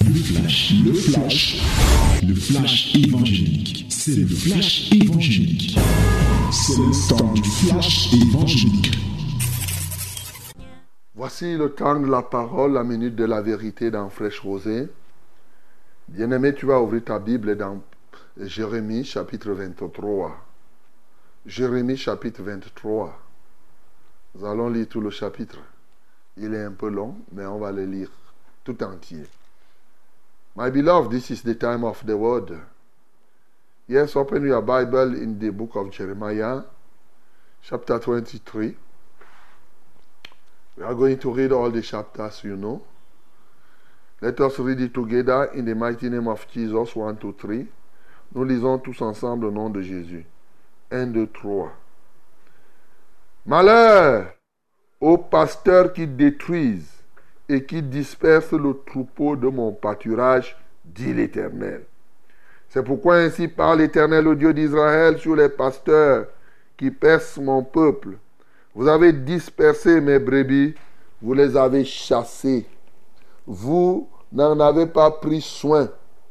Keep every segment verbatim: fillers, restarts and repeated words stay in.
Le flash, le flash, le flash évangélique. C'est le flash évangélique. C'est le temps du flash évangélique. Voici le temps de la parole, la minute de la vérité dans Fraîche Rosée. Bien-aimé, tu vas ouvrir ta Bible dans Jérémie chapitre vingt-trois. Jérémie chapitre vingt-trois. Nous allons lire tout le chapitre. Il est un peu long, mais on va le lire tout entier. My beloved, this is the time of the word. Yes, open your Bible in the book of Jeremiah, chapter twenty-three. We are going to read all the chapters, you know. Let us read it together in the mighty name of Jesus. one, two, three. Nous lisons tous ensemble au nom de Jésus. un, deux, trois. Malheur aux pasteurs qui détruisent et qui dispersent le troupeau de mon pâturage, dit l'Éternel. C'est pourquoi ainsi parle l'Éternel, le Dieu d'Israël, sur les pasteurs qui percent mon peuple. Vous avez dispersé mes brebis, vous les avez chassées. Vous n'en avez pas pris soin.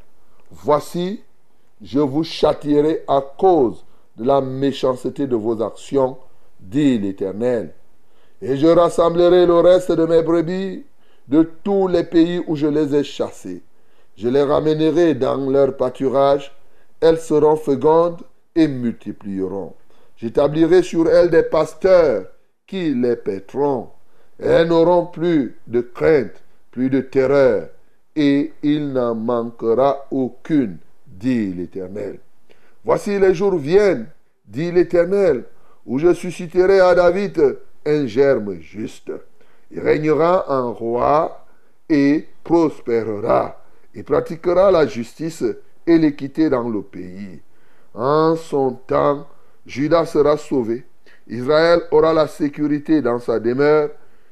Voici, je vous châtierai à cause de la méchanceté de vos actions, dit l'Éternel. Et je rassemblerai le reste de mes brebis de tous les pays où je les ai chassées. Je les ramènerai dans leur pâturage. Elles seront fécondes et multiplieront. J'établirai sur elles des pasteurs qui les paîtront. Elles n'auront plus de crainte, plus de terreur, et il n'en manquera aucune, dit l'Éternel. Voici les jours viennent, dit l'Éternel, où je susciterai à David un germe juste. Il régnera en roi et prospérera. Il pratiquera la justice et l'équité dans le pays. En son temps, Juda sera sauvé. Israël aura la sécurité dans sa demeure.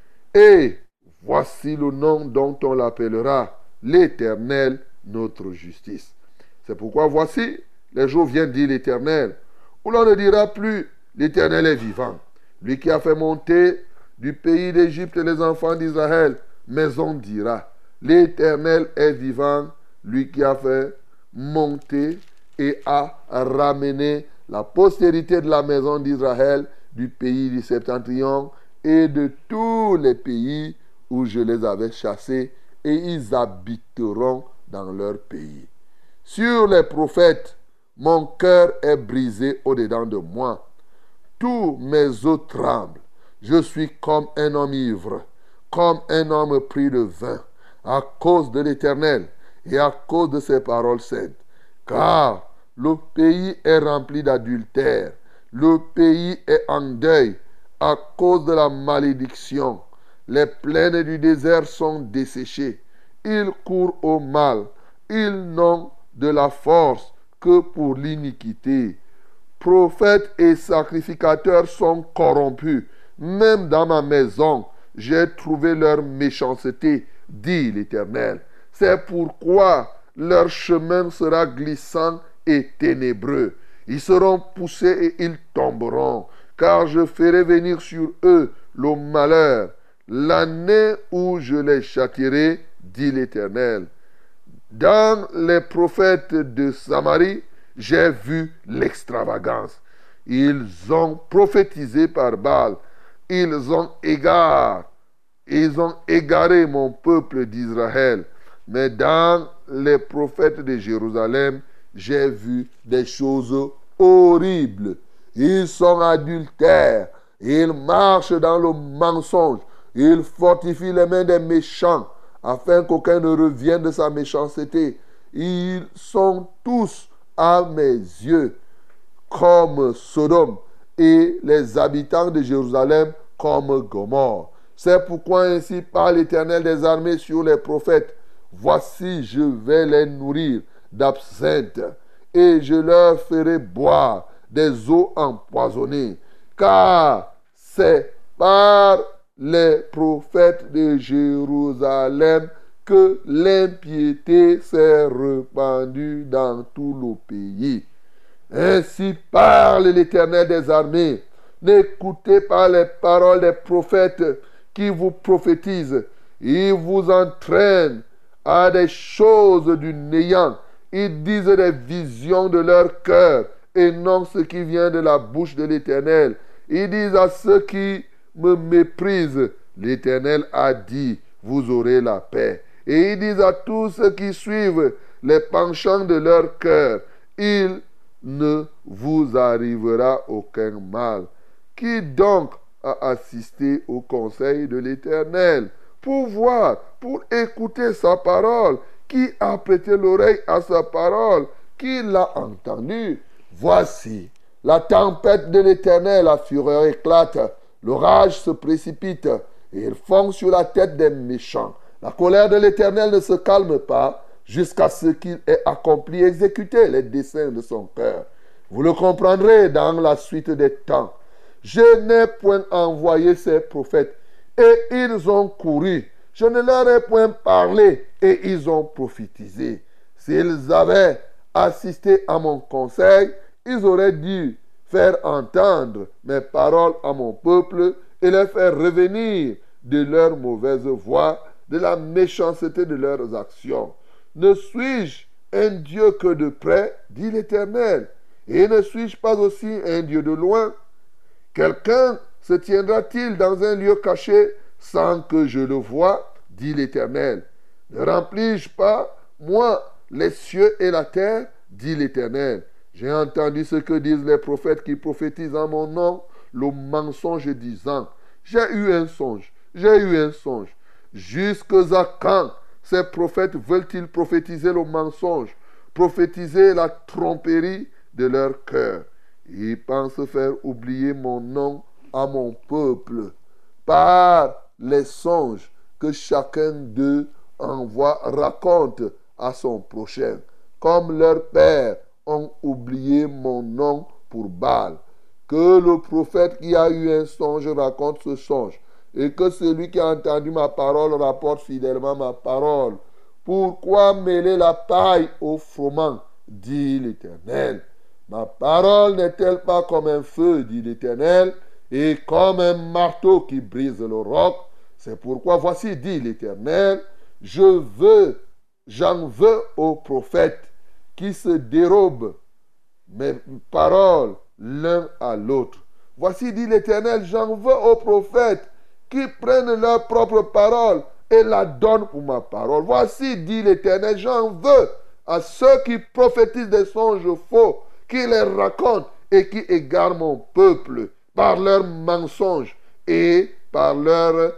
Et voici le nom dont on l'appellera l'Éternel, notre justice. C'est pourquoi voici, les jours viennent, dit l'Éternel, où l'on ne dira plus, l'Éternel est vivant. Lui qui a fait monter du pays d'Égypte les enfants d'Israël, mais on dira, l'Éternel est vivant, lui qui a fait monter et a ramené la postérité de la maison d'Israël du pays du Septentrion et de tous les pays où je les avais chassés, et ils habiteront dans leur pays. Sur les prophètes, mon cœur est brisé au-dedans de moi. Tous mes os tremblent. Je suis comme un homme ivre, comme un homme pris de vin, à cause de l'Éternel et à cause de ses paroles saintes. Car le pays est rempli d'adultère, le pays est en deuil à cause de la malédiction. Les plaines du désert sont desséchées. Ils courent au mal. Ils n'ont de la force que pour l'iniquité. Prophètes et sacrificateurs sont corrompus. Même dans ma maison, j'ai trouvé leur méchanceté, dit l'Éternel. C'est pourquoi leur chemin sera glissant et ténébreux. Ils seront poussés et ils tomberont, car je ferai venir sur eux le malheur, l'année où je les châtierai, dit l'Éternel. Dans les prophètes de Samarie, j'ai vu l'extravagance. Ils ont prophétisé par Baal. Ils ont égaré, ils ont égaré mon peuple d'Israël. Mais dans les prophètes de Jérusalem, j'ai vu des choses horribles. Ils sont adultères. Ils marchent dans le mensonge. Ils fortifient les mains des méchants, afin qu'aucun ne revienne de sa méchanceté. Ils sont tous à mes yeux comme Sodome, et les habitants de Jérusalem comme Gomorrhe. C'est pourquoi ainsi parle l'Éternel des armées sur les prophètes. Voici, je vais les nourrir d'absinthe, et je leur ferai boire des eaux empoisonnées, car c'est par les prophètes de Jérusalem que l'impiété s'est répandue dans tout le pays. Ainsi parle l'Éternel des armées. N'écoutez pas les paroles des prophètes qui vous prophétisent. Ils vous entraînent à des choses du néant. Ils disent des visions de leur cœur et non ce qui vient de la bouche de l'Éternel. Ils disent à ceux qui me méprisent, l'Éternel a dit, vous aurez la paix. Et ils disent à tous ceux qui suivent les penchants de leur cœur, il ne vous arrivera aucun mal. Qui donc a assisté au conseil de l'Éternel pour voir, pour écouter sa parole? Qui a prêté l'oreille à sa parole? Qui l'a entendu? Voici, la tempête de l'Éternel, la fureur éclate, l'orage se précipite, et il fond sur la tête des méchants. La colère de l'Éternel ne se calme pas, jusqu'à ce qu'il ait accompli, exécuté les desseins de son cœur. Vous le comprendrez dans la suite des temps. Je n'ai point envoyé ces prophètes, et ils ont couru. Je ne leur ai point parlé, et ils ont prophétisé. S'ils avaient assisté à mon conseil, ils auraient dû faire entendre mes paroles à mon peuple et les faire revenir de leur mauvaise voie, de la méchanceté de leurs actions. Ne suis-je un Dieu que de près, dit l'Éternel, et ne suis-je pas aussi un Dieu de loin? Quelqu'un se tiendra-t-il dans un lieu caché sans que je le voie, dit l'Éternel? Ne remplis-je pas, moi, les cieux et la terre, dit l'Éternel? J'ai entendu ce que disent les prophètes qui prophétisent en mon nom, le mensonge disant, j'ai eu un songe, j'ai eu un songe. Jusqu'à quand ces prophètes veulent-ils prophétiser le mensonge, prophétiser la tromperie de leur cœur? Ils pensent faire oublier mon nom à mon peuple par les songes que chacun d'eux envoie, raconte à son prochain, comme leurs pères ont oublié mon nom pour Baal. Que le prophète qui a eu un songe raconte ce songe, et que celui qui a entendu ma parole rapporte fidèlement ma parole. Pourquoi mêler la paille au froment, dit l'Éternel? Ma parole n'est-elle pas comme un feu, dit l'Éternel, et comme un marteau qui brise le roc? C'est pourquoi voici, dit l'Éternel, je veux, j'en veux aux prophètes qui se dérobent mes paroles l'un à l'autre. Voici, dit l'Éternel, j'en veux aux prophètes qui prennent leur propre parole et la donnent pour ma parole. Voici, dit l'Éternel, j'en veux à ceux qui prophétisent des songes faux, qui les racontent et qui égarent mon peuple par leurs mensonges et par leur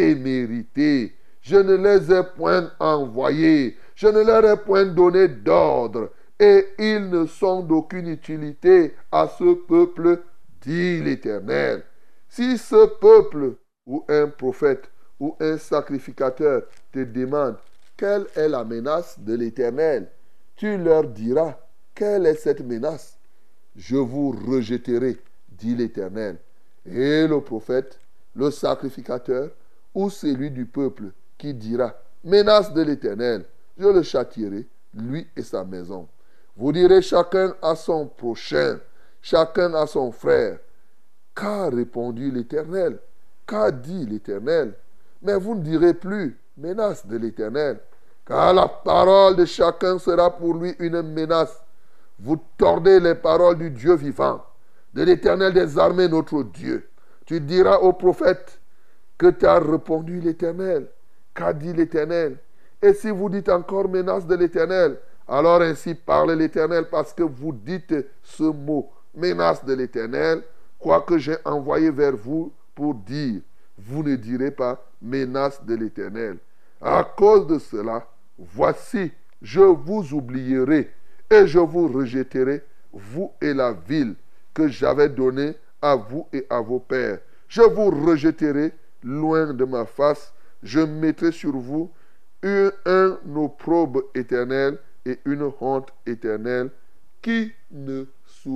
témérité. Je ne les ai point envoyés, je ne leur ai point donné d'ordre, et ils ne sont d'aucune utilité à ce peuple, dit l'Éternel. Si ce peuple ou un prophète ou un sacrificateur te demande quelle est la menace de l'Éternel, tu leur diras, quelle est cette menace? Je vous rejetterai, dit l'Éternel. Et le prophète, le sacrificateur ou celui du peuple qui dira, menace de l'Éternel, je le châtierai, lui et sa maison. Vous direz chacun à son prochain, chacun à son frère. Qu'a répondu l'Éternel? Qu'a dit l'Éternel? Mais vous ne direz plus menace de l'Éternel, car la parole de chacun sera pour lui une menace. Vous tordez les paroles du Dieu vivant, de l'Éternel des armées, notre Dieu. Tu diras au prophète que t'a répondu l'Éternel. Qu'a dit l'Éternel? Et si vous dites encore menace de l'Éternel, alors ainsi parle l'Éternel, parce que vous dites ce mot, menace de l'Éternel, quoique j'ai envoyé vers vous pour dire, vous ne direz pas menace de l'Éternel. À cause de cela, voici, je vous oublierai et je vous rejetterai, vous et la ville que j'avais donnée à vous et à vos pères. Je vous rejetterai loin de ma face, je mettrai sur vous un, un opprobre éternel et une honte éternelle qui ne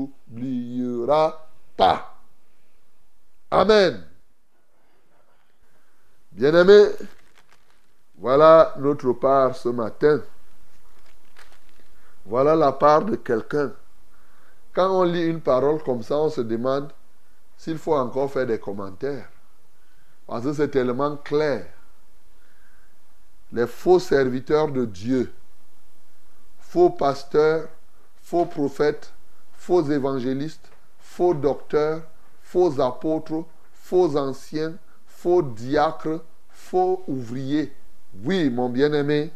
s'oubliera pas. Amen. Bien-aimés, voilà notre part ce matin. Voilà la part de quelqu'un. Quand on lit une parole comme ça, on se demande s'il faut encore faire des commentaires. Parce que c'est tellement clair. les faux serviteurs de Dieu, faux pasteurs, faux prophètes, faux évangélistes, faux docteurs, faux apôtres, faux anciens, faux diacres, faux ouvriers. Oui, mon bien-aimé,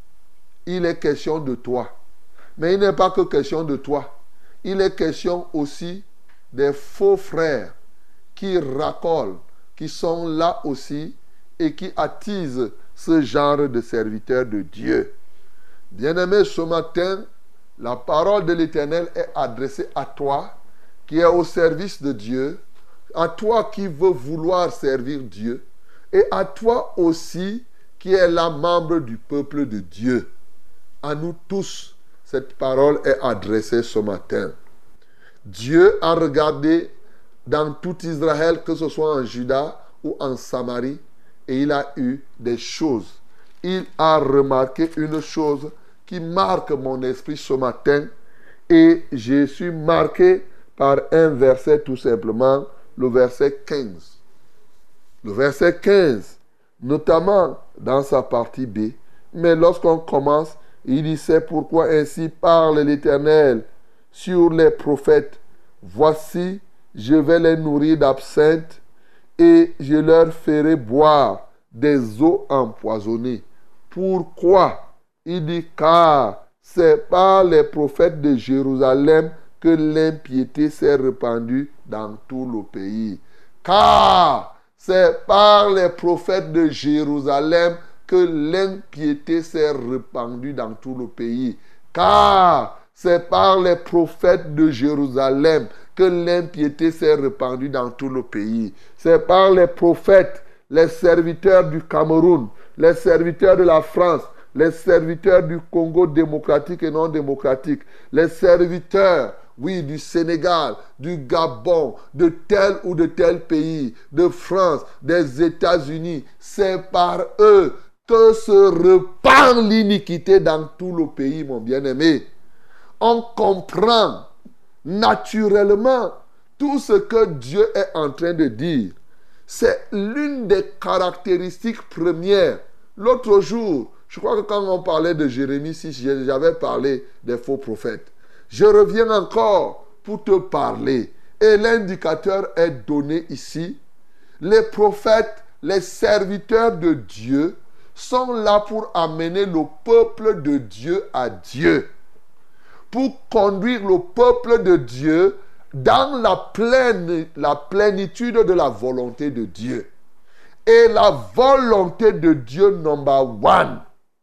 il est question de toi. Mais il n'est pas que question de toi. Il est question aussi des faux frères qui racolent, qui sont là aussi et qui attisent ce genre de serviteurs de Dieu. Bien-aimé, ce matin, la parole de l'Éternel est adressée à toi qui es au service de Dieu, à toi qui veux vouloir servir Dieu et à toi aussi qui es là membre du peuple de Dieu. À nous tous, cette parole est adressée ce matin. Dieu a regardé dans tout Israël, que ce soit en Juda ou en Samarie, et il a eu des choses. Il a remarqué une chose qui marque mon esprit ce matin, et je suis marqué par un verset tout simplement, le verset quinze. Le verset quinze, notamment dans sa partie B. Mais lorsqu'on commence, il dit, c'est pourquoi ainsi parle l'Éternel sur les prophètes. Voici, je vais les nourrir d'absinthe et je leur ferai boire des eaux empoisonnées. Pourquoi? Il dit, car c'est par les prophètes de Jérusalem que l'impiété s'est répandue dans tout le pays. Car c'est par les prophètes de Jérusalem que l'impiété s'est répandue dans tout le pays. Car c'est par les prophètes de Jérusalem que l'impiété s'est répandue dans tout le pays. C'est par les prophètes, les serviteurs du Cameroun, les serviteurs de la France, les serviteurs du Congo démocratique et non démocratique, les serviteurs, oui, du Sénégal, du Gabon, de tel ou de tel pays, de France, des États-Unis. C'est par eux que se répand l'iniquité dans tout le pays, mon bien-aimé. On comprend naturellement tout ce que Dieu est en train de dire. C'est l'une des caractéristiques premières. L'autre jour, je crois que quand on parlait de Jérémie six, j'avais parlé des faux prophètes. Je reviens encore pour te parler. Et l'indicateur est donné ici. Les prophètes, les serviteurs de Dieu, sont là pour amener le peuple de Dieu à Dieu. Pour conduire le peuple de Dieu dans la, pleine, la plénitude de la volonté de Dieu. Et la volonté de Dieu number one,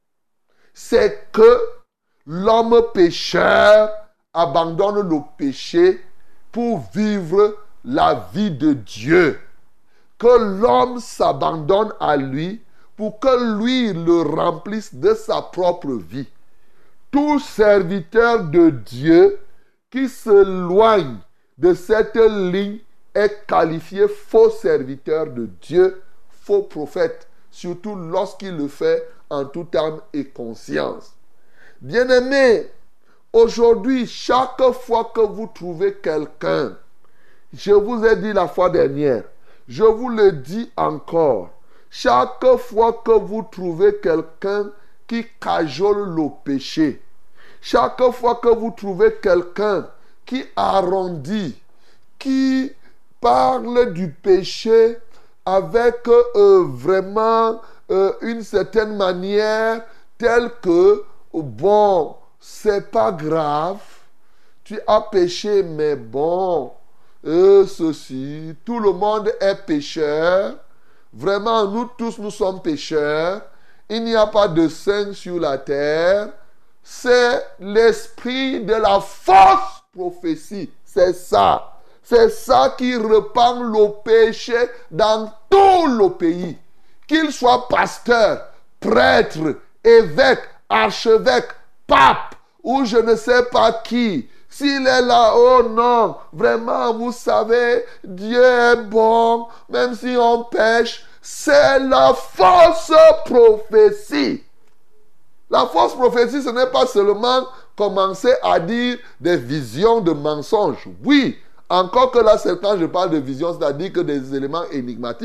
c'est que l'homme pécheur abandonne le péché pour vivre la vie de Dieu. Que l'homme s'abandonne à lui pour que lui le remplisse de sa propre vie. Tout serviteur de Dieu qui s'éloigne de cette ligne est qualifié faux serviteur de Dieu, faux prophète, surtout lorsqu'il le fait en toute âme et conscience. Bien-aimés, aujourd'hui, chaque fois que vous trouvez quelqu'un, je vous ai dit la fois dernière, je vous le dis encore, chaque fois que vous trouvez quelqu'un qui cajole le péché, chaque fois que vous trouvez quelqu'un qui arrondit, qui parle du péché avec euh, vraiment euh, une certaine manière telle que, bon, c'est pas grave, tu as péché, mais bon, euh, ceci, tout le monde est pécheur, vraiment, nous tous, nous sommes pécheurs, il n'y a pas de saint sur la terre, c'est l'esprit de la fausse prophétie, c'est ça. C'est ça qui répand le péché dans tout le pays. Qu'il soit pasteur, prêtre, évêque, archevêque, pape, ou je ne sais pas qui. S'il est là, oh non, vraiment, vous savez, Dieu est bon, même si on pêche, c'est la fausse prophétie. La fausse prophétie, ce n'est pas seulement commencer à dire des visions de mensonges. Oui, encore que là, c'est quand je parle de vision, c'est-à-dire que des éléments énigmatiques.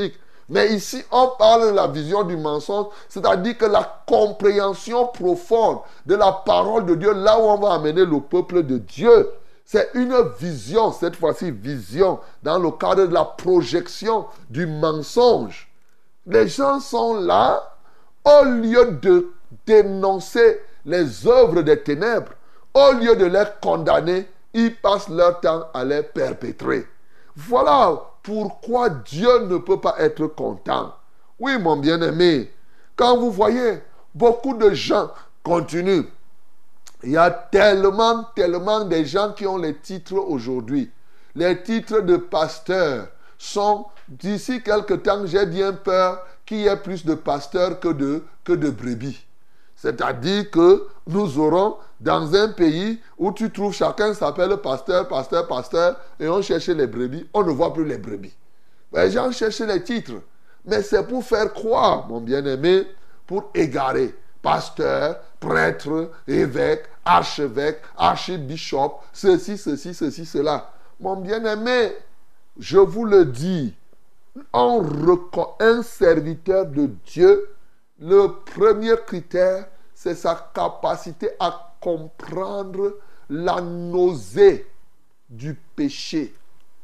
Mais ici, on parle de la vision du mensonge, c'est-à-dire que la compréhension profonde de la parole de Dieu, là où on va amener le peuple de Dieu, c'est une vision, cette fois-ci vision, dans le cadre de la projection du mensonge. Les gens sont là, au lieu de dénoncer les œuvres des ténèbres, au lieu de les condamner, ils passent leur temps à les perpétrer. Voilà pourquoi Dieu ne peut pas être content. Oui, mon bien-aimé, quand vous voyez beaucoup de gens continuent, il y a tellement, tellement de gens qui ont les titres aujourd'hui. Les titres de pasteurs sont, d'ici quelque temps, j'ai bien peur qu'il y ait plus de pasteurs que de, que de brebis. C'est-à-dire que nous aurons dans un pays où tu trouves chacun s'appelle pasteur, pasteur, pasteur, et on cherche les brebis, on ne voit plus les brebis. Les gens cherchent les titres, mais c'est pour faire croire, mon bien-aimé, pour égarer. Pasteur, prêtre, évêque, archevêque, archibishop, ceci, ceci, ceci, cela. Mon bien-aimé, je vous le dis, on reconnaît un serviteur de Dieu, le premier critère, c'est sa capacité à comprendre la nausée du péché.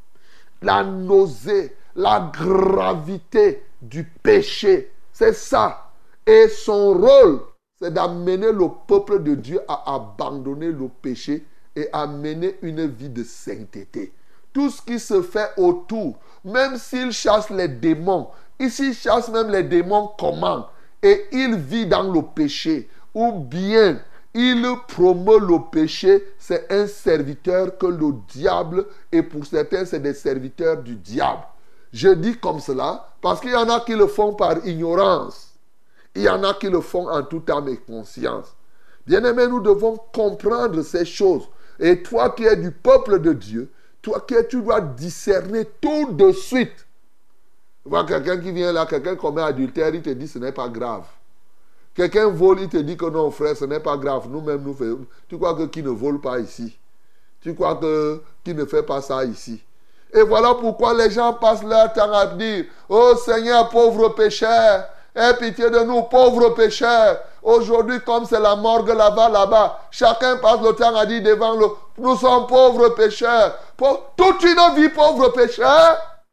La nausée, la gravité du péché. C'est ça. Et son rôle, c'est d'amener le peuple de Dieu à abandonner le péché et à mener une vie de sainteté. Tout ce qui se fait autour, même s'il chasse les démons, ici il chasse même les démons comment? Et il vit dans le péché, ou bien il promeut le péché, c'est un serviteur que le diable, et pour certains c'est des serviteurs du diable. Je dis comme cela parce qu'il y en a qui le font par ignorance. Il y en a qui le font en toute âme et conscience. Bien-aimés, nous devons comprendre ces choses. Et toi qui es du peuple de Dieu, toi qui es, tu dois discerner tout de suite. Tu vois quelqu'un qui vient là, quelqu'un commet adultère, il te dit ce n'est pas grave. Quelqu'un vole, il te dit que non frère, ce n'est pas grave. Nous-mêmes, nous faisons. Tu crois que qui ne vole pas ici? Tu crois que qui ne fait pas ça ici? Et voilà pourquoi les gens passent leur temps à dire, oh Seigneur, pauvre pécheur, aie pitié de nous, pauvres pécheurs. Aujourd'hui, comme c'est la morgue là-bas, là-bas, chacun passe le temps à dire devant le, nous sommes pauvres pécheurs. Pour, toute une vie pauvre pécheur.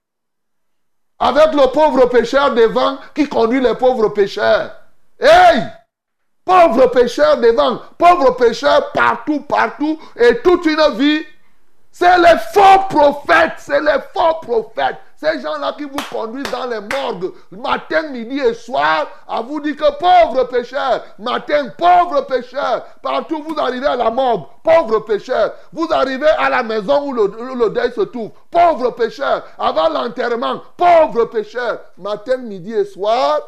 Avec le pauvre pécheur devant qui conduit les pauvres pécheurs. Hey! Pauvre pécheur devant, pauvre pécheur partout, partout, et toute une vie. C'est les faux prophètes, c'est les faux prophètes. Ces gens-là qui vous conduisent dans les morgues, matin, midi et soir, à vous dire que pauvre pécheur, matin, pauvre pécheur, partout vous arrivez à la morgue, pauvre pécheur, vous arrivez à la maison où le, où le deuil se trouve, pauvre pécheur, avant l'enterrement, pauvre pécheur, matin, midi et soir,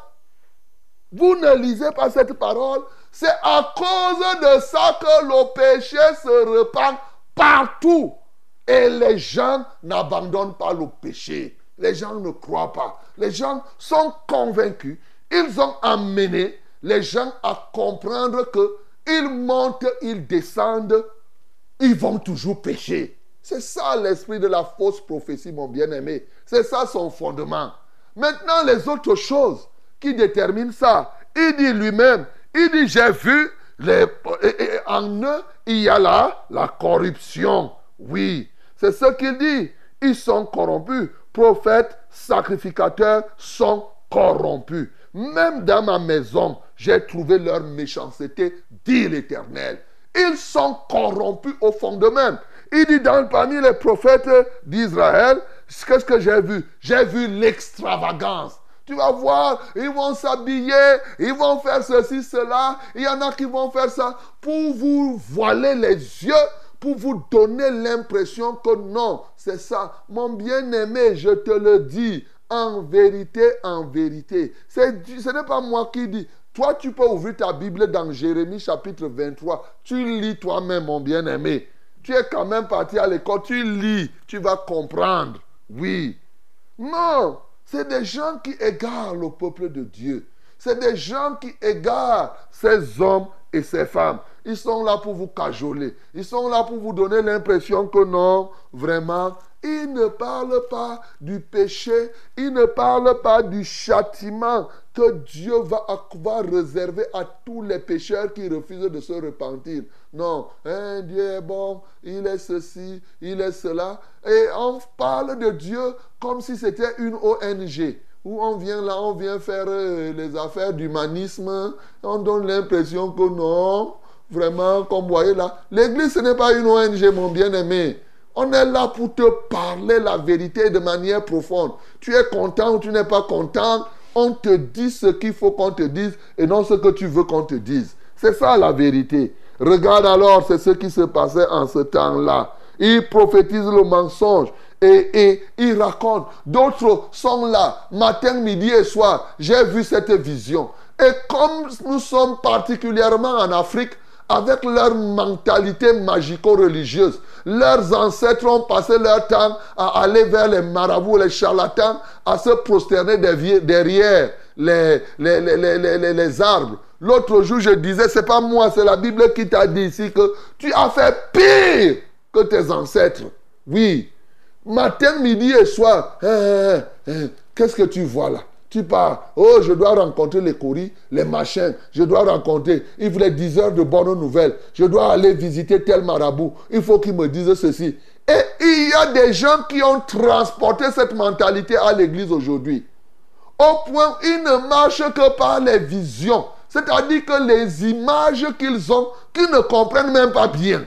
vous ne lisez pas cette parole, c'est à cause de ça que le péché se répand partout. Et les gens n'abandonnent pas le péché. Les gens ne croient pas. Les gens sont convaincus. Ils ont amené les gens à comprendre qu'ils montent, ils descendent, ils vont toujours pécher. C'est ça l'esprit de la fausse prophétie, mon bien-aimé. C'est ça son fondement. Maintenant, les autres choses qui déterminent ça, il dit lui-même, il dit, j'ai vu, les, et, et, en eux, il y a là la corruption. Oui. C'est ce qu'il dit. Ils sont corrompus. Prophètes, sacrificateurs sont corrompus. Même dans ma maison, j'ai trouvé leur méchanceté, dit l'Éternel. Ils sont corrompus au fond d'eux-mêmes. Il dit dans, parmi les prophètes d'Israël, qu'est-ce que j'ai vu? J'ai vu l'extravagance. Tu vas voir, ils vont s'habiller, ils vont faire ceci, cela. Il y en a qui vont faire ça pour vous voiler les yeux, pour vous donner l'impression que non, c'est ça. Mon bien-aimé, je te le dis, en vérité, en vérité. C'est, ce n'est pas moi qui dis. Toi, tu peux ouvrir ta Bible dans Jérémie chapitre vingt-trois. Tu lis toi-même, mon bien-aimé. Tu es quand même parti à l'école, tu lis, tu vas comprendre. Oui. Non, c'est des gens qui égarent le peuple de Dieu. C'est des gens qui égarent ces hommes et ces femmes. Ils sont là pour vous cajoler. Ils sont là pour vous donner l'impression que non, vraiment, ils ne parlent pas du péché. Ils ne parlent pas du châtiment que Dieu va, va réserver à tous les pécheurs qui refusent de se repentir. Non, hein, Dieu est bon, il est ceci, il est cela. Et on parle de Dieu comme si c'était une O N G. Où on vient là, on vient faire euh, les affaires d'humanisme. On donne l'impression que non, vraiment, comme vous voyez là, l'église, ce n'est pas une O N G, mon bien-aimé. On est là pour te parler la vérité de manière profonde. Tu es content ou tu n'es pas content, on te dit ce qu'il faut qu'on te dise et non ce que tu veux qu'on te dise. C'est ça la vérité. Regarde alors, c'est ce qui se passait en ce temps-là. Ils prophétisent le mensonge. Et, et ils racontent. D'autres sont là, matin, midi et soir. J'ai vu cette vision. Et comme nous sommes particulièrement en Afrique, avec leur mentalité magico-religieuse, leurs ancêtres ont passé leur temps à aller vers les marabouts, les charlatans, à se prosterner derrière les, les, les, les, les, les arbres. L'autre jour, je disais, c'est pas moi, c'est la Bible qui t'a dit ici que tu as fait pire que tes ancêtres. Oui. Matin, midi et soir, hein, hein, hein, qu'est-ce que tu vois là? Tu pars, oh, je dois rencontrer les courriers, les machins, je dois rencontrer, il voulait dix heures de bonnes nouvelles, je dois aller visiter tel marabout, il faut qu'il me dise ceci. Et il y a des gens qui ont transporté cette mentalité à l'église aujourd'hui. Au point où ils ne marchent que par les visions, c'est-à-dire que les images qu'ils ont, qu'ils ne comprennent même pas bien.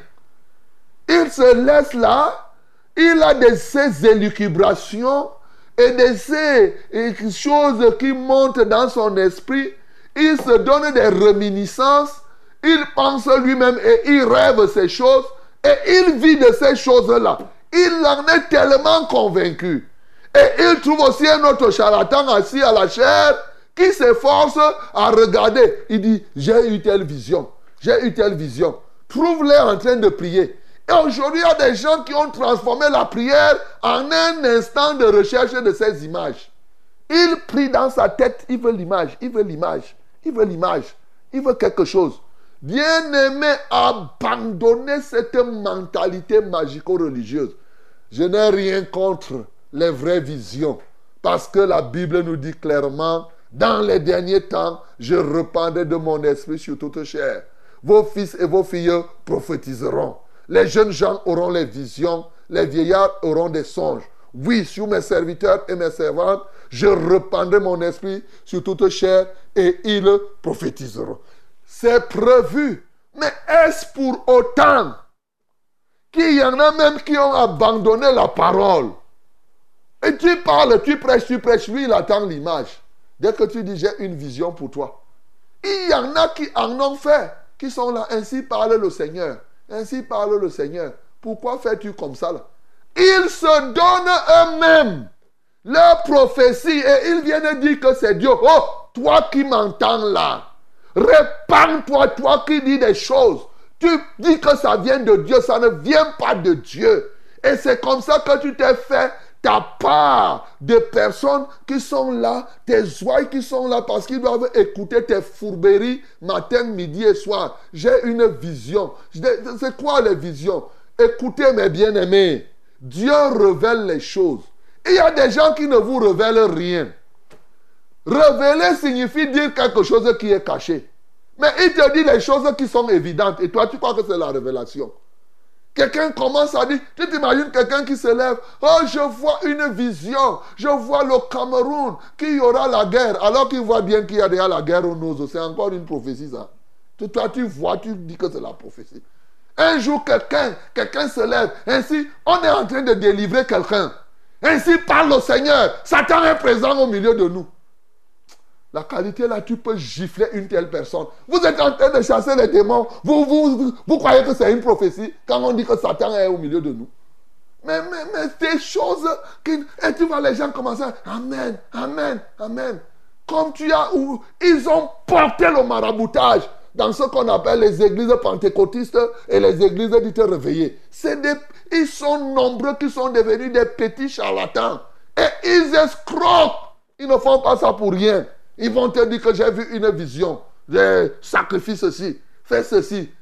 Ils se laissent là. Il a de ces élucubrations et de ces choses qui montent dans son esprit. Il se donne des réminiscences. Il pense lui-même et il rêve ces choses. Et il vit de ces choses-là. Il en est tellement convaincu. Et il trouve aussi un autre charlatan assis à la chaire qui s'efforce à regarder. Il dit, j'ai eu telle vision. J'ai eu telle vision. Trouve-les en train de prier. Et aujourd'hui, il y a des gens qui ont transformé la prière en un instant de recherche de ces images. Il prie dans sa tête, il veut l'image, il veut l'image, il veut l'image, il veut quelque chose. Bien-aimé, abandonnez cette mentalité magico-religieuse. Je n'ai rien contre les vraies visions. Parce que la Bible nous dit clairement, dans les derniers temps, je répandrai de mon esprit sur toute chair. Vos fils et vos filles prophétiseront. Les jeunes gens auront les visions, les vieillards auront des songes. Oui, sur mes serviteurs et mes servantes, je répandrai mon esprit sur toute chair et ils prophétiseront. C'est prévu. Mais est-ce pour autant qu'il y en a même qui ont abandonné la parole? Et tu parles, tu prêches, tu prêches, lui il attend l'image. Dès que tu dis j'ai une vision pour toi. Il y en a qui en ont fait, qui sont là, ainsi parle le Seigneur. Ainsi parle le Seigneur. Pourquoi fais-tu comme ça là? Ils se donnent eux-mêmes leur prophétie et ils viennent dire que c'est Dieu. Oh, toi qui m'entends là, répands-toi, toi qui dis des choses. Tu dis que ça vient de Dieu, ça ne vient pas de Dieu. Et c'est comme ça que tu t'es fait ta part de personnes qui sont là, tes ouailles qui sont là parce qu'ils doivent écouter tes fourberies matin, midi et soir. J'ai une vision. C'est quoi les visions? Écoutez mes bien-aimés, Dieu révèle les choses. Il y a des gens qui ne vous révèlent rien. Révéler signifie dire quelque chose qui est caché. Mais il te dit les choses qui sont évidentes et toi tu crois que c'est la révélation. Quelqu'un commence à dire, tu t'imagines quelqu'un qui se lève, oh je vois une vision, je vois le Cameroun, qu'il y aura la guerre, alors qu'il voit bien qu'il y a déjà la guerre au nord, c'est encore une prophétie ça. Toi tu vois, tu dis que c'est la prophétie. Un jour quelqu'un, quelqu'un se lève, ainsi on est en train de délivrer quelqu'un. Ainsi parle le Seigneur, Satan est présent au milieu de nous. La qualité là, tu peux gifler une telle personne. Vous êtes en train de chasser les démons. Vous, vous, vous, vous croyez que c'est une prophétie quand on dit que Satan est au milieu de nous. Mais, mais, mais des choses qui... Et tu vois les gens commencer à... Amen, amen, amen. Comme tu as... Où ils ont porté le maraboutage dans ce qu'on appelle les églises pentecôtistes et les églises dites réveillées. C'est des... Ils sont nombreux qui sont devenus des petits charlatans. Et ils escroquent. Ils ne font pas ça pour rien. Ils vont te dire que j'ai vu une vision. J'ai sacrifié ceci, fais ceci,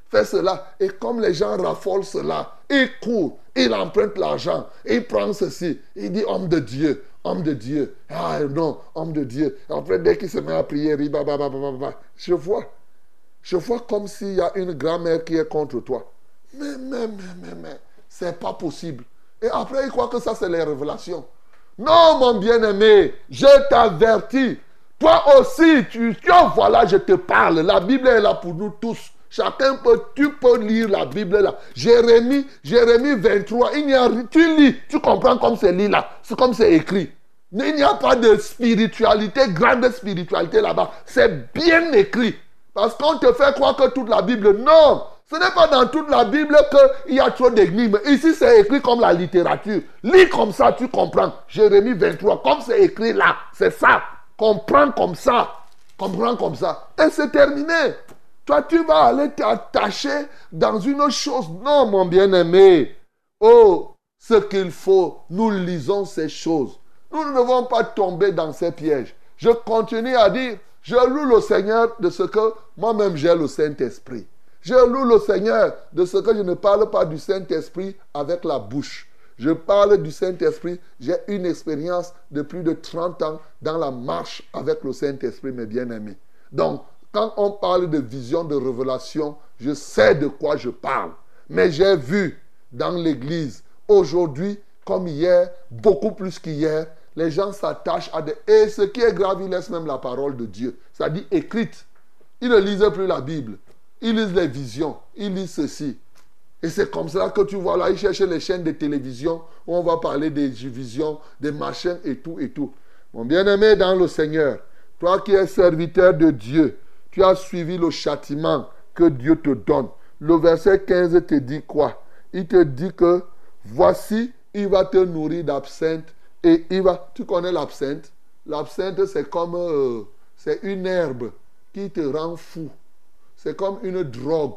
fait cela. Et comme les gens raffolent cela, il court, il emprunte l'argent, il prend ceci, il dit homme de Dieu, homme de Dieu. Ah non, homme de Dieu. Après, dès qu'il se met à prier, il bah, bah, bah, bah, bah. Je vois, je vois comme s'il y a une grand-mère qui est contre toi. Mais, mais, mais, mais, mais, c'est pas possible. Et après, il croit que ça, c'est les révélations. Non, mon bien-aimé, je t'avertis. Toi aussi, tu, tu voilà, je te parle. La Bible est là pour nous tous. Chacun peut, tu peux lire la Bible là. Jérémie, Jérémie vingt-trois, il n'y a, tu lis, tu comprends comme c'est lu là. C'est comme c'est écrit. Il n'y a pas de spiritualité, grande spiritualité là-bas. C'est bien écrit. Parce qu'on te fait croire que toute la Bible, non. Ce n'est pas dans toute la Bible qu'il y a trop d'énigmes. Ici, c'est écrit comme la littérature. Lis comme ça, tu comprends. Jérémie vingt-trois, comme c'est écrit là, c'est ça. Comprends comme ça. Comprends comme ça. Et c'est terminé. Toi, tu vas aller t'attacher dans une chose. Non, mon bien-aimé. Oh, ce qu'il faut, nous lisons ces choses. Nous ne devons pas tomber dans ces pièges. Je continue à dire, je loue le Seigneur de ce que moi-même j'ai le Saint-Esprit. Je loue le Seigneur de ce que je ne parle pas du Saint-Esprit avec la bouche. Je parle du Saint-Esprit. J'ai une expérience de plus de trente ans dans la marche avec le Saint-Esprit, mes bien-aimés. Donc, quand on parle de vision, de révélation, je sais de quoi je parle. Mais j'ai vu dans l'église, aujourd'hui, comme hier, beaucoup plus qu'hier, les gens s'attachent à des... Et ce qui est grave, ils laissent même la parole de Dieu. C'est-à-dire écrite. Ils ne lisent plus la Bible. Ils lisent les visions. Ils lisent ceci. Et c'est comme ça que tu vois là, ils cherchent les chaînes de télévision où on va parler des visions, des machins et tout et tout. Mon bien-aimé dans le Seigneur, toi qui es serviteur de Dieu, tu as suivi le châtiment que Dieu te donne. Le verset quinze te dit quoi? Il te dit que voici, il va te nourrir d'absinthe et il va... Tu connais l'absinthe? L'absinthe, c'est comme... Euh, c'est une herbe qui te rend fou. C'est comme une drogue.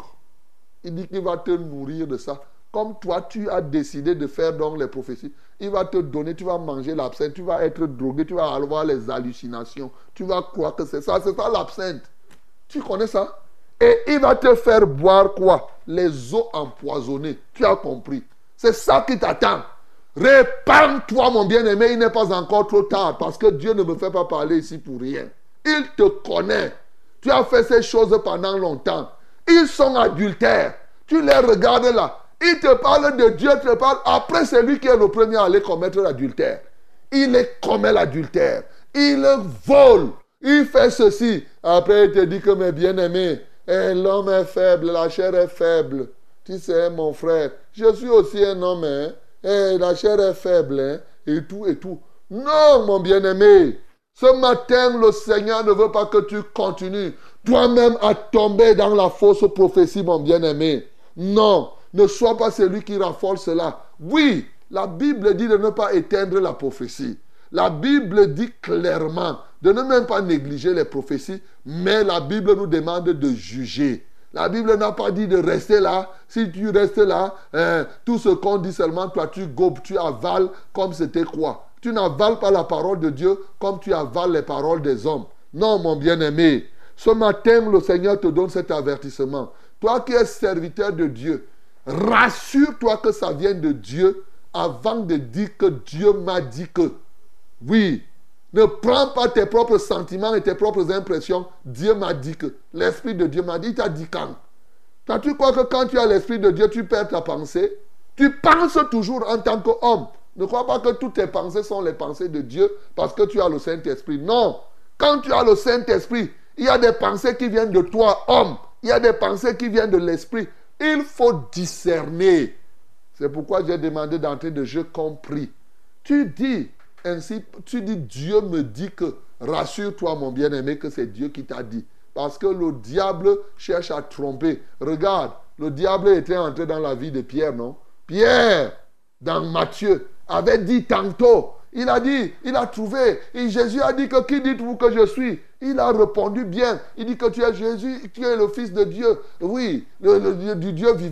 Il dit qu'il va te nourrir de ça. Comme toi, tu as décidé de faire donc les prophéties, il va te donner, tu vas manger l'absinthe, tu vas être drogué, tu vas avoir les hallucinations. Tu vas croire que c'est ça. C'est ça l'absinthe. Tu connais ça? Et il va te faire boire quoi? Les eaux empoisonnées. Tu as compris? C'est ça qui t'attend. Répands-toi, mon bien-aimé, il n'est pas encore trop tard parce que Dieu ne me fait pas parler ici pour rien. Il te connaît. Tu as fait ces choses pendant longtemps. Ils sont adultères. Tu les regardes là. Ils te parlent de Dieu, te parlent. Après, c'est lui qui est le premier à aller commettre l'adultère. Il est commet l'adultère. Il vole. Il fait ceci. Après, il te dit que mes bien-aimés, eh, l'homme est faible, la chair est faible. Tu sais, mon frère, je suis aussi un homme. Hein? Eh, la chair est faible. Hein? Et tout, et tout. Non, mon bien-aimé. Ce matin, le Seigneur ne veut pas que tu continues toi-même à tomber dans la fausse prophétie, mon bien-aimé. Non, ne sois pas celui qui raffole cela. Oui, la Bible dit de ne pas éteindre la prophétie. La Bible dit clairement de ne même pas négliger les prophéties, mais la Bible nous demande de juger. La Bible n'a pas dit de rester là. Si tu restes là, hein, tout ce qu'on dit seulement, toi tu gobes, tu avales comme c'était quoi? Tu n'avales pas la parole de Dieu comme tu avales les paroles des hommes. Non, mon bien-aimé. Ce matin, le Seigneur te donne cet avertissement. Toi qui es serviteur de Dieu, rassure-toi que ça vient de Dieu avant de dire que Dieu m'a dit que. Oui, ne prends pas tes propres sentiments et tes propres impressions. Dieu m'a dit que. L'Esprit de Dieu m'a dit, il t'a dit quand? Quand tu crois que quand tu as l'Esprit de Dieu, tu perds ta pensée? Tu penses toujours en tant qu'homme. Ne crois pas que toutes tes pensées sont les pensées de Dieu parce que tu as le Saint-Esprit. Non. Quand tu as le Saint-Esprit, il y a des pensées qui viennent de toi, homme. Il y a des pensées qui viennent de l'Esprit. Il faut discerner. C'est pourquoi j'ai demandé d'entrer de jeu compris. Tu dis ainsi, tu dis Dieu me dit que. Rassure-toi, mon bien-aimé, que c'est Dieu qui t'a dit. Parce que le diable cherche à tromper. Regarde, le diable était entré dans la vie de Pierre, non? Pierre, dans Matthieu, avait dit tantôt, il a dit, il a trouvé, et Jésus a dit que qui dites-vous que je suis? Il a répondu bien, il dit que tu es Jésus, tu es le Fils de Dieu, oui, le, le, du Dieu vivant.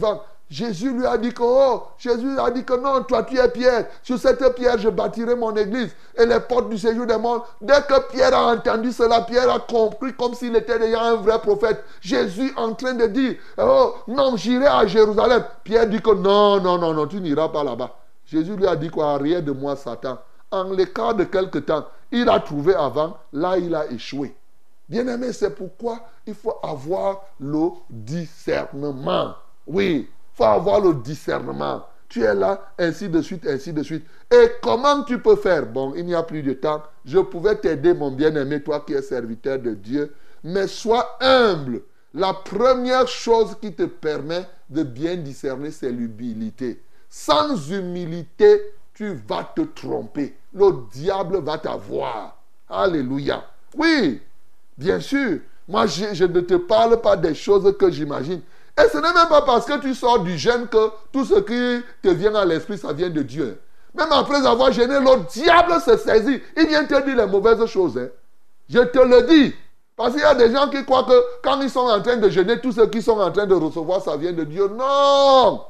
Jésus lui a dit que, oh, Jésus a dit que non, toi tu es Pierre. Sur cette pierre, je bâtirai mon église et les portes du séjour des morts. Dès que Pierre a entendu cela, Pierre a compris comme s'il était déjà un vrai prophète. Jésus en train de dire, oh, non, j'irai à Jérusalem. Pierre dit que non, non, non, non, tu n'iras pas là-bas. Jésus lui a dit quoi? Rien de moi, Satan. En l'écart de quelque temps, il a trouvé avant, là il a échoué. Bien-aimé, c'est pourquoi il faut avoir le discernement. Oui, il faut avoir le discernement. Tu es là, ainsi de suite, ainsi de suite. Et comment tu peux faire? Bon, il n'y a plus de temps. Je pouvais t'aider, mon bien-aimé, toi qui es serviteur de Dieu. Mais sois humble. La première chose qui te permet de bien discerner, c'est l'humilité. Sans humilité, tu vas te tromper. Le diable va t'avoir. Alléluia. Oui, bien sûr. Moi, je, je ne te parle pas des choses que j'imagine. Et ce n'est même pas parce que tu sors du jeûne que tout ce qui te vient à l'esprit, ça vient de Dieu. Même après avoir jeûné, le diable se saisit. Il vient te dire les mauvaises choses. Hein. Je te le dis. Parce qu'il y a des gens qui croient que quand ils sont en train de jeûner, tout ce qu'ils sont en train de recevoir, ça vient de Dieu. Non!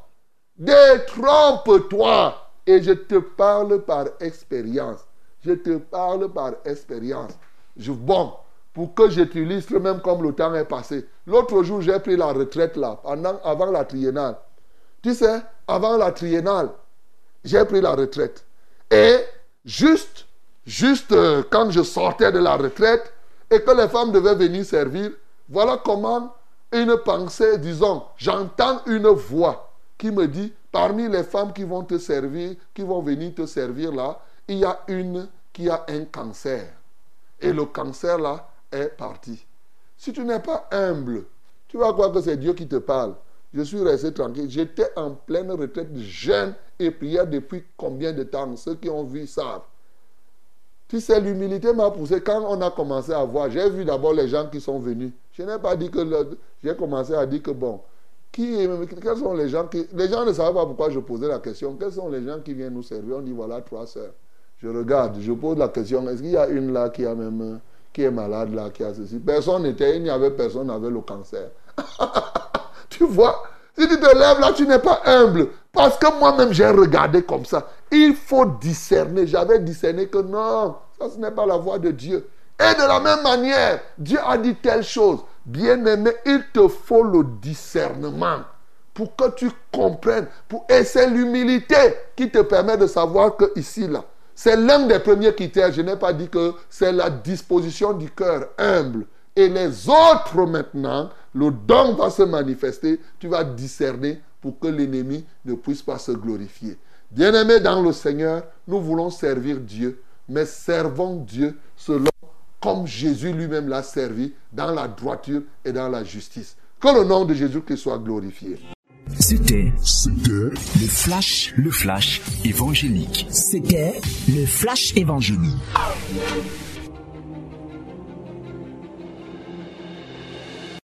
Détrompe-toi. Et je te parle par expérience. Je te parle par expérience. Je, bon, pour que je t'illustre même comme le temps est passé. L'autre jour, j'ai pris la retraite là, pendant, avant la triennale. Tu sais, avant la triennale, j'ai pris la retraite. Et juste, juste euh, quand je sortais de la retraite et que les femmes devaient venir servir, voilà comment une pensée, disons, j'entends une voix qui me dit, parmi les femmes qui vont te servir, qui vont venir te servir là, il y a une qui a un cancer. Et le cancer là est parti. Si tu n'es pas humble, tu vas croire que c'est Dieu qui te parle. Je suis resté tranquille. J'étais en pleine retraite de jeûne et prière depuis combien de temps? Ceux qui ont vu savent. Tu sais, l'humilité m'a poussé. Quand on a commencé à voir, j'ai vu d'abord les gens qui sont venus. Je n'ai pas dit que... Le, j'ai commencé à dire que bon, qui, quels sont les gens qui... Les gens ne savaient pas pourquoi je posais la question. Quels sont les gens qui viennent nous servir? On dit voilà, trois sœurs. Je regarde, je pose la question. Est-ce qu'il y a une là qui a même... qui est malade là, qui a ceci? Personne n'était, il n'y avait personne qui avait le cancer. Tu vois, si tu te lèves là, tu n'es pas humble. Parce que moi-même, j'ai regardé comme ça. Il faut discerner. J'avais discerné que non, ça ce n'est pas la voix de Dieu. Et de la même manière, Dieu a dit telle chose. Bien-aimé, il te faut le discernement pour que tu comprennes. Pour... Et c'est l'humilité qui te permet de savoir que ici, là, c'est l'un des premiers critères. Je n'ai pas dit que c'est la disposition du cœur humble. Et les autres maintenant, le don va se manifester. Tu vas discerner pour que l'ennemi ne puisse pas se glorifier. Bien-aimés dans le Seigneur, nous voulons servir Dieu, mais servons Dieu selon comme Jésus lui-même l'a servi, dans la droiture et dans la justice. Que le nom de Jésus-Christ soit glorifié. C'était, C'était le flash, le flash évangélique. C'était le flash évangélique.